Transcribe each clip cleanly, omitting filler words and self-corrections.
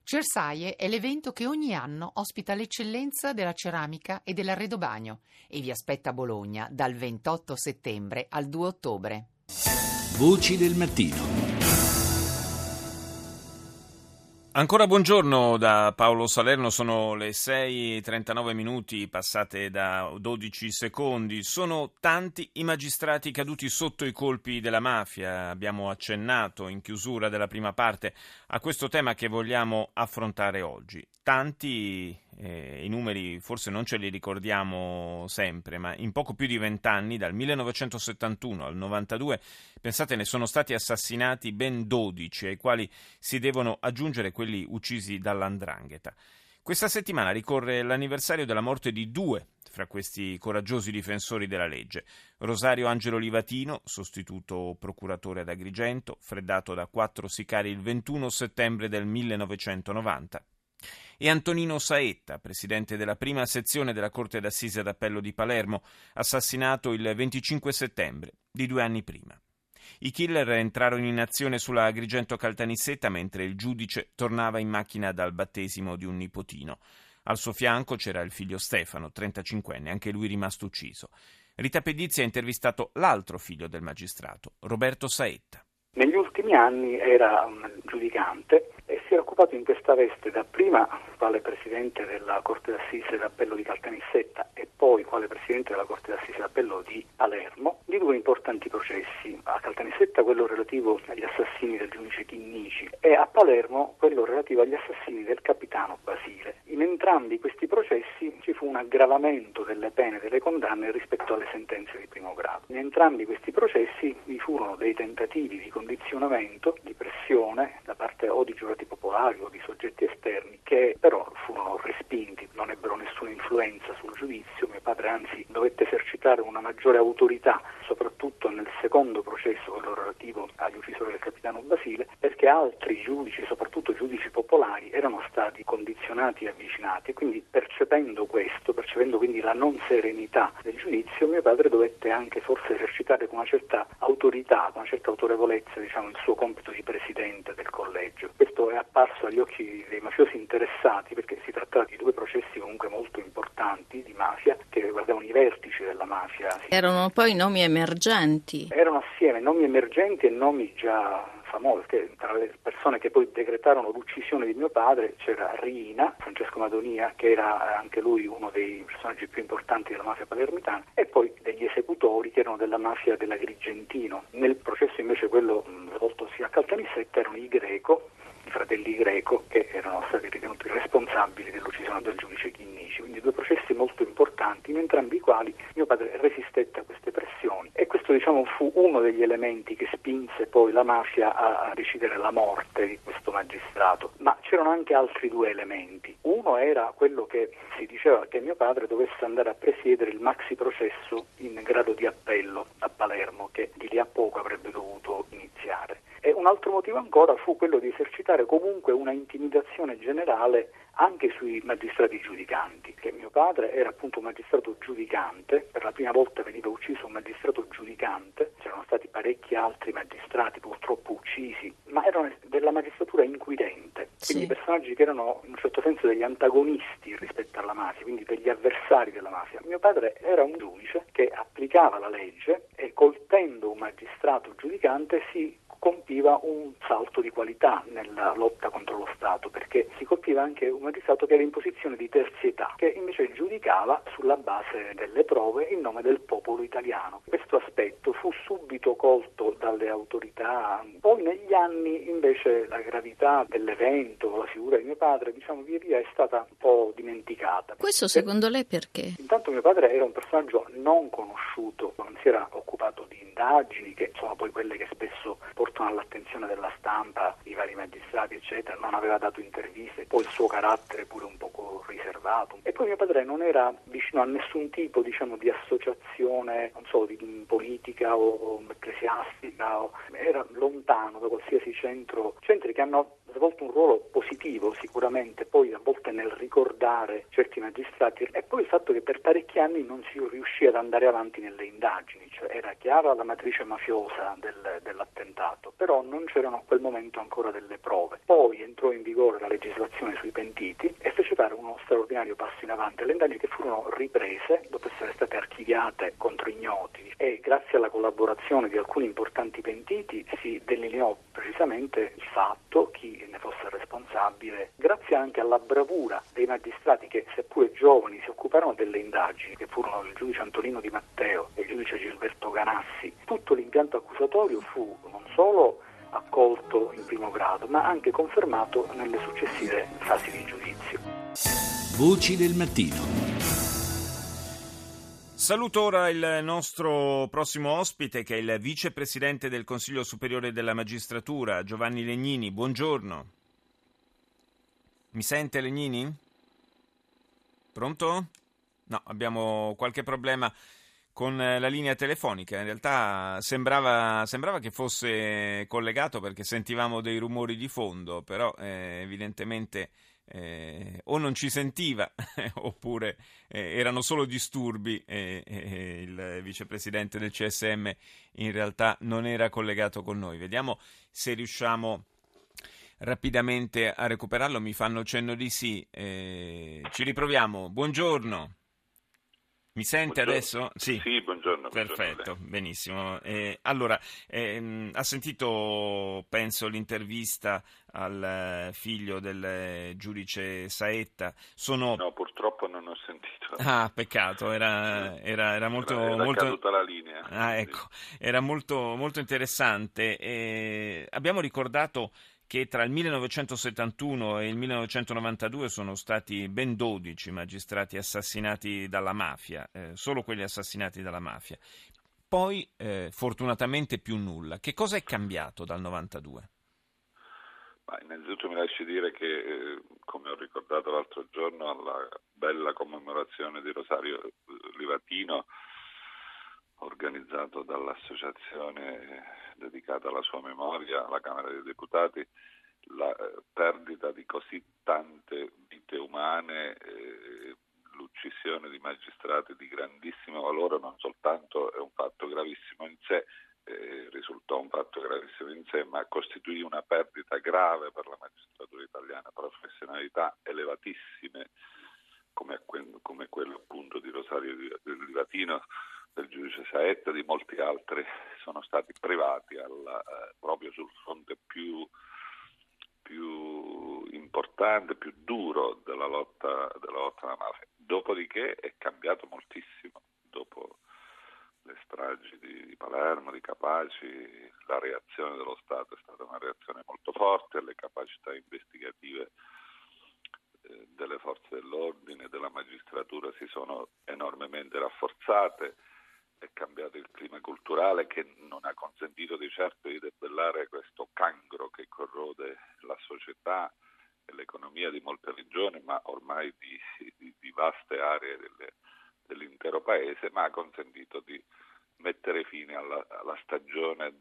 Cersaie è l'evento che ogni anno ospita l'eccellenza della ceramica e dell'arredobagno e vi aspetta a Bologna dal 28 settembre al 2 ottobre. Voci del mattino. Ancora buongiorno da Paolo Salerno, sono le 6:39 minuti passate da 12 secondi. Sono tanti i magistrati caduti sotto i colpi della mafia. Abbiamo accennato in chiusura della prima parte a questo tema che vogliamo affrontare oggi. Tanti, i numeri forse non ce li ricordiamo sempre, ma in poco più di 20 anni, dal 1971 al 92, pensate, ne sono stati assassinati ben 12, ai quali si devono aggiungere quelli uccisi dall''ndrangheta. Questa settimana ricorre l'anniversario della morte di due fra questi coraggiosi difensori della legge. Rosario Angelo Livatino, sostituto procuratore ad Agrigento, freddato da 4 sicari il 21 settembre del 1990. E Antonino Saetta, presidente della prima sezione della Corte d'Assise d'Appello di Palermo, assassinato il 25 settembre di 2 anni prima. I killer entrarono in azione sulla Agrigento Caltanissetta mentre il giudice tornava in macchina dal battesimo di un nipotino. Al suo fianco c'era il figlio Stefano, 35enne, anche lui rimasto ucciso. Rita Pedizzi ha intervistato l'altro figlio del magistrato, Roberto Saetta. Negli ultimi anni era un giudicante e si era occupato in questa veste dapprima quale presidente della Corte d'Assise d'Appello di Caltanissetta e poi quale presidente della Corte d'Assise d'Appello di Palermo, di 2 importanti processi. A Caltanissetta quello relativo agli assassini del giudice Chinnici e a Palermo quello relativo agli assassini del capitano Basile. In entrambi questi processi ci fu un aggravamento delle pene, delle condanne rispetto alle sentenze di primo grado. In entrambi questi processi vi furono dei tentativi di condizionamento, di pressione da parte o di giurati popolari o di soggetti esterni che però furono respinti, non ebbero nessuna influenza sul giudizio. Mio padre anzi dovette esercitare una maggiore autorità, soprattutto nel secondo processo, quello relativo agli uccisori del capitano Basile, perché altri giudici, soprattutto giudici popolari, erano stati condizionati e avvicinati e quindi percependo quindi la non serenità del giudizio, mio padre dovette anche forse esercitare con una certa autorità, con una certa autorevolezza, il suo compito di presidente del collegio. Questo è apparso agli occhi dei mafiosi interessati perché si trattava di 2 processi comunque molto importanti di mafia che riguardavano i vertici della mafia. Erano poi nomi emergenti. Erano assieme nomi emergenti e nomi già famosi, che tra le persone che poi decretarono l'uccisione di mio padre c'era Riina, Francesco Madonia, che era anche lui uno dei personaggi più importanti della mafia palermitana, e poi degli esecutori che erano della mafia dell'Agrigentino. Nel processo invece quello svoltosi a Caltanissetta erano i fratelli Greco, che erano stati ritenuti responsabili dell'uccisione del giudice Chinnici. Quindi 2 processi molto importanti, in entrambi i quali mio padre resistette a queste pressioni. E questo fu uno degli elementi che spinse poi la mafia a decidere la morte di questo magistrato. Ma c'erano anche altri 2 elementi. Uno era quello che si diceva che mio padre dovesse andare a presiedere il maxi processo in grado di appello a Palermo, che di lì a poco avrebbe dovuto iniziare. E un altro motivo ancora fu quello di esercitare comunque una intimidazione generale anche sui magistrati giudicanti, che mio padre era appunto un magistrato giudicante, per la prima volta veniva ucciso un magistrato giudicante, c'erano stati parecchi altri magistrati purtroppo uccisi, ma erano della magistratura inquirente, quindi personaggi che erano in un certo senso degli antagonisti rispetto alla mafia, quindi degli avversari della mafia. Mio padre era un giudice che applicava la legge e colpendo un magistrato giudicante si compiva un salto di qualità nella lotta contro lo Stato, perché si colpiva anche un magistrato che era in posizione di terzietà, che invece giudicava sulla base delle prove in nome del popolo italiano. Questo aspetto fu subito colto dalle autorità. Poi negli anni invece la gravità dell'evento, la figura di mio padre, via via è stata un po' dimenticata. Questo secondo lei perché? Intanto mio padre era un personaggio non conosciuto, non si era occupato di indagini, che sono poi quelle che spesso portano all'attenzione della stampa, i vari magistrati eccetera, non aveva dato interviste, poi il suo carattere pure un poco riservato. E poi mio padre non era vicino a nessun tipo di associazione, di politica o ecclesiastica, era lontano da qualsiasi centri che hanno svolto un ruolo positivo sicuramente, poi a volte nel ricordare certi magistrati, e poi il fatto che per parecchi anni non si riuscì ad andare avanti nelle indagini, cioè era chiara la matrice mafiosa dell'attentato, però non c'erano a quel momento ancora delle prove. Poi entrò in vigore la legislazione motivazione sui pentiti e fece fare uno straordinario passo in avanti. Le indagini che furono riprese dopo essere state archiviate contro ignoti e grazie alla collaborazione di alcuni importanti pentiti si delineò precisamente il fatto, chi ne fosse responsabile, grazie anche alla bravura dei magistrati che, seppure giovani, si occuparono delle indagini, che furono il giudice Antonino Di Matteo e il giudice Gilberto Ganassi. Tutto l'impianto accusatorio fu non solo accolto in primo grado, ma anche confermato nelle successive fasi di giudizio. Voci del mattino. Saluto ora il nostro prossimo ospite, che è il vicepresidente del Consiglio Superiore della Magistratura, Giovanni Legnini. Buongiorno. Mi sente, Legnini? Pronto? No, abbiamo qualche problema con la linea telefonica. In realtà sembrava che fosse collegato perché sentivamo dei rumori di fondo, però evidentemente o non ci sentiva oppure erano solo disturbi e il vicepresidente del CSM in realtà non era collegato con noi. Vediamo se riusciamo rapidamente a recuperarlo. Mi fanno cenno di sì. Ci riproviamo. Buongiorno. Mi sente adesso? Sì, buongiorno. Perfetto, benissimo. Allora, ha sentito, penso, l'intervista al figlio del giudice Saetta. No, purtroppo non ho sentito. Ah, peccato, era molto... Era caduta la linea. Ah, ecco, era molto, molto interessante. Abbiamo ricordato che tra il 1971 e il 1992 sono stati ben 12 magistrati assassinati dalla mafia, solo quelli assassinati dalla mafia. Poi, fortunatamente, più nulla. Che cosa è cambiato dal 92? Ma innanzitutto mi lasci dire che, come ho ricordato l'altro giorno, alla bella commemorazione di Rosario Livatino, organizzato dall'associazione dedicata alla sua memoria alla Camera dei Deputati, la perdita di così tante vite umane, l'uccisione di magistrati di grandissimo valore non soltanto è un fatto gravissimo in sé, risultò un fatto gravissimo in sé, ma costituì una perdita grave per la magistratura italiana, professionalità elevatissime come quello appunto di Rosario Livatino, del giudice Saetta, di molti altri sono stati privati proprio sul fronte più importante, più duro della lotta alla mafia. Dopodiché è cambiato moltissimo, dopo le stragi di Palermo, di Capaci, la reazione dello Stato è stata una reazione molto forte, le capacità investigative delle forze dell'ordine e della magistratura si sono enormemente rafforzate. È cambiato il clima culturale che non ha consentito di certo di debellare questo cancro che corrode la società e l'economia di molte regioni, ma ormai di vaste aree dell'intero paese, ma ha consentito di mettere fine alla stagione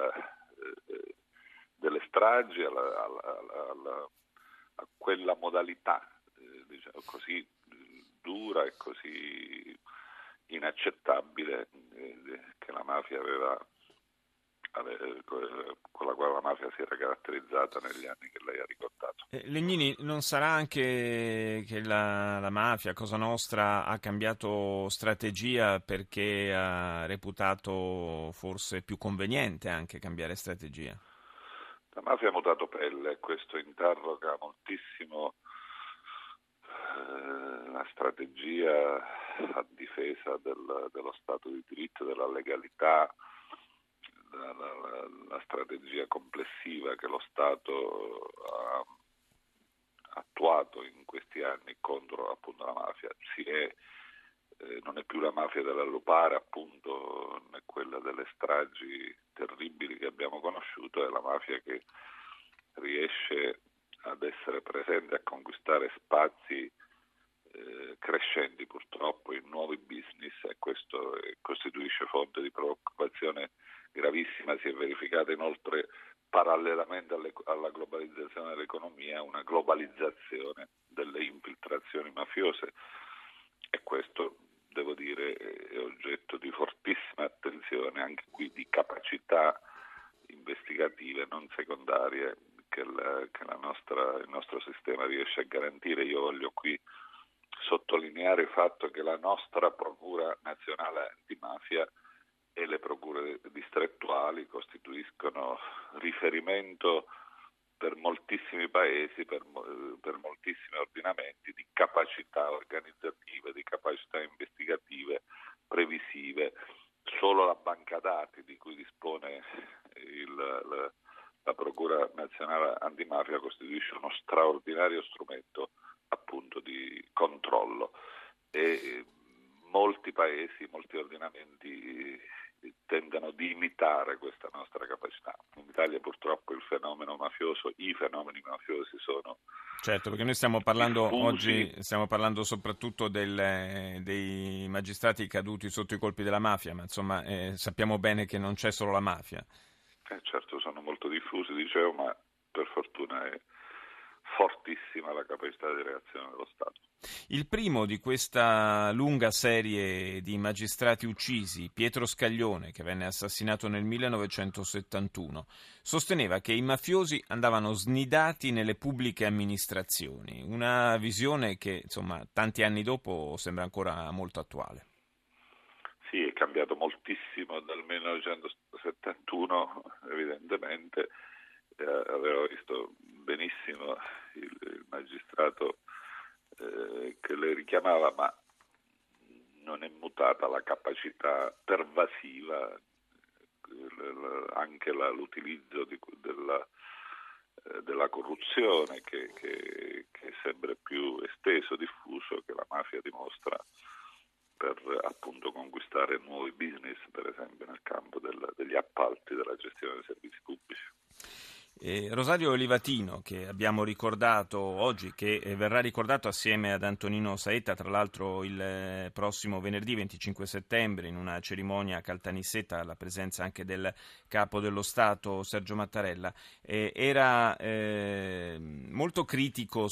delle stragi, a quella modalità diciamo così dura e così inaccettabile che la mafia con la quale la mafia si era caratterizzata negli anni che lei ha ricordato. Legnini, non sarà anche che la mafia, Cosa Nostra, ha cambiato strategia perché ha reputato forse più conveniente anche cambiare strategia? La mafia ha mutato pelle e questo interroga moltissimo la strategia a difesa dello Stato di diritto, della legalità, la strategia complessiva che lo Stato ha attuato in questi anni contro appunto la mafia. Non è più la mafia della Lupara, appunto, né quella delle stragi terribili che abbiamo conosciuto, è la mafia che riesce ad essere presente, a conquistare spazi crescenti purtroppo in nuovi business, e questo costituisce fonte di preoccupazione gravissima. Si è verificata inoltre, parallelamente alla globalizzazione dell'economia, una globalizzazione delle infiltrazioni mafiose, e questo, devo dire, è oggetto di fortissima attenzione, anche qui di capacità investigative non secondarie il nostro sistema riesce a garantire. Io voglio qui sottolineare il fatto che la nostra Procura Nazionale Antimafia e le procure distrettuali costituiscono riferimento per moltissimi paesi, per moltissimi ordinamenti di capacità organizzative, di capacità investigative, previsive. Solo la banca dati di cui dispone la Procura Nazionale Antimafia costituisce uno straordinario strumento appunto di controllo e molti paesi, molti ordinamenti tentano di imitare questa nostra capacità. In Italia purtroppo i fenomeni mafiosi sono certo, perché noi stiamo parlando diffusi. oggi, stiamo parlando soprattutto dei magistrati caduti sotto i colpi della mafia, ma insomma sappiamo bene che non c'è solo la mafia. Certo, sono molto diffusi, dicevo, ma per fortuna è fortissima la capacità di reazione dello Stato. Il primo di questa lunga serie di magistrati uccisi, Pietro Scaglione, che venne assassinato nel 1971, sosteneva che i mafiosi andavano snidati nelle pubbliche amministrazioni, una visione che, insomma, tanti anni dopo sembra ancora molto attuale. Sì, è cambiato moltissimo dal 1971, evidentemente. Avevo visto benissimo il magistrato che le richiamava, ma non è mutata la capacità pervasiva, anche l'utilizzo della corruzione che è sempre più esteso, diffuso, che la mafia dimostra per appunto conquistare nuovi business, per esempio nel campo degli appalti, della gestione dei servizi pubblici. Rosario Livatino, che abbiamo ricordato oggi, che verrà ricordato assieme ad Antonino Saetta, tra l'altro il prossimo venerdì 25 settembre in una cerimonia a Caltanissetta alla presenza anche del capo dello Stato Sergio Mattarella, era molto critico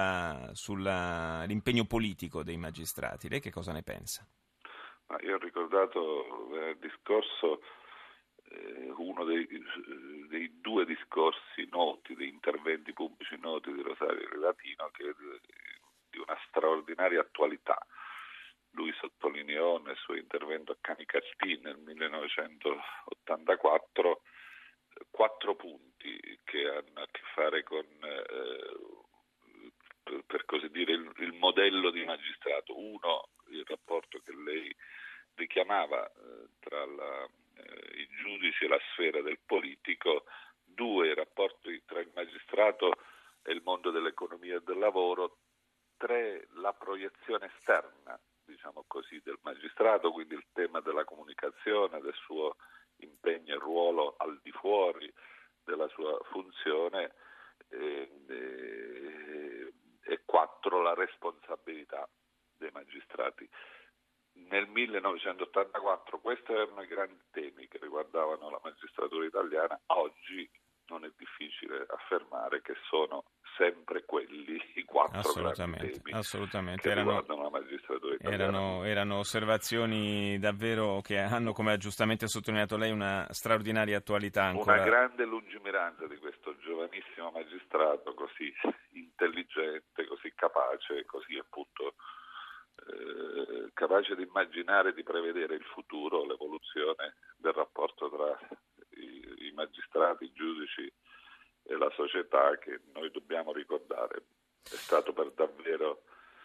sull'impegno politico dei magistrati. Lei che cosa ne pensa? Io ho ricordato venerdì scorso uno dei due discorsi noti, dei interventi pubblici noti di Rosario Livatino, che è di una straordinaria attualità. Lui sottolineò nel suo intervento a Canicattì nel 1984 4 punti che hanno a che fare con, per così dire, il modello di magistrato. Uno, il rapporto che lei richiamava tra i giudici e la sfera del politico. 2, i rapporti tra il magistrato e il mondo dell'economia e del lavoro. 3, la proiezione esterna, diciamo così, del magistrato, quindi il tema della comunicazione, del suo impegno e ruolo al di fuori della sua funzione, e 4, la responsabilità dei magistrati. Nel 1984 questi erano i grandi temi che riguardavano la magistratura italiana. Oggi non è difficile affermare che sono sempre quelli i 4 grandi temi che riguardano la magistratura italiana. Erano osservazioni davvero che hanno, come ha giustamente sottolineato lei, una straordinaria attualità ancora. Una grande lungimiranza di questo giovanissimo magistrato, così intelligente, così capace, così appunto capace di immaginare, di prevedere il futuro, l'evoluzione del rapporto tra i magistrati, i giudici e la società, che noi dobbiamo ricordare. È stato per davvero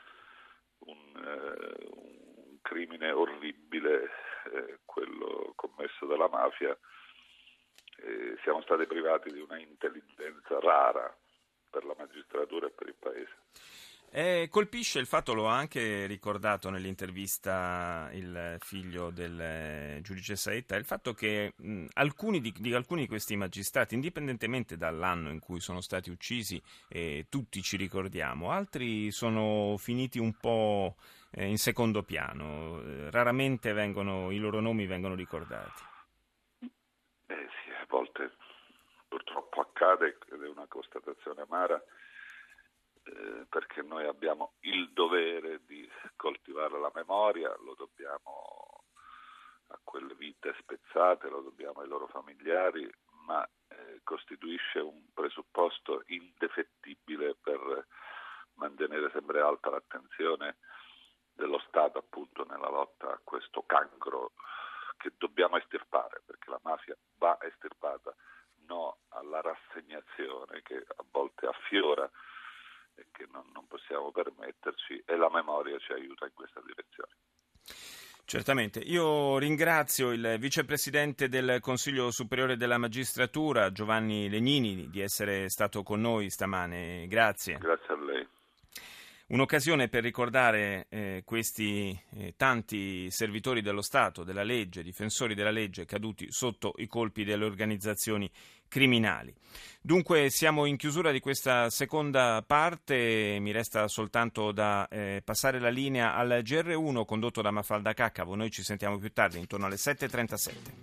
un crimine orribile, quello commesso dalla mafia. Siamo stati privati di una intelligenza rara per la magistratura e per il Paese. Colpisce il fatto, lo ha anche ricordato nell'intervista il figlio del giudice Saetta, il fatto che alcuni di questi magistrati, indipendentemente dall'anno in cui sono stati uccisi, tutti ci ricordiamo, altri sono finiti un po' in secondo piano, raramente i loro nomi vengono ricordati. Sì, a volte purtroppo accade ed è una constatazione amara, perché noi abbiamo il dovere di coltivare la memoria, lo dobbiamo a quelle vite spezzate, lo dobbiamo ai loro familiari, ma costituisce un presupposto indefettibile per mantenere sempre alta l'attenzione dello Stato appunto nella lotta a questo cancro che dobbiamo estirpare, perché la mafia va estirpata, no alla rassegnazione che a volte affiora e che non possiamo permetterci, e la memoria ci aiuta in questa direzione. Certamente. Io ringrazio il vicepresidente del Consiglio Superiore della Magistratura, Giovanni Legnini, di essere stato con noi stamane. Grazie. Grazie a lei. Un'occasione per ricordare questi tanti servitori dello Stato, della legge, difensori della legge caduti sotto i colpi delle organizzazioni criminali. Dunque siamo in chiusura di questa seconda parte, mi resta soltanto da passare la linea al GR1 condotto da Mafalda Caccavo. Noi ci sentiamo più tardi, intorno alle 7:37.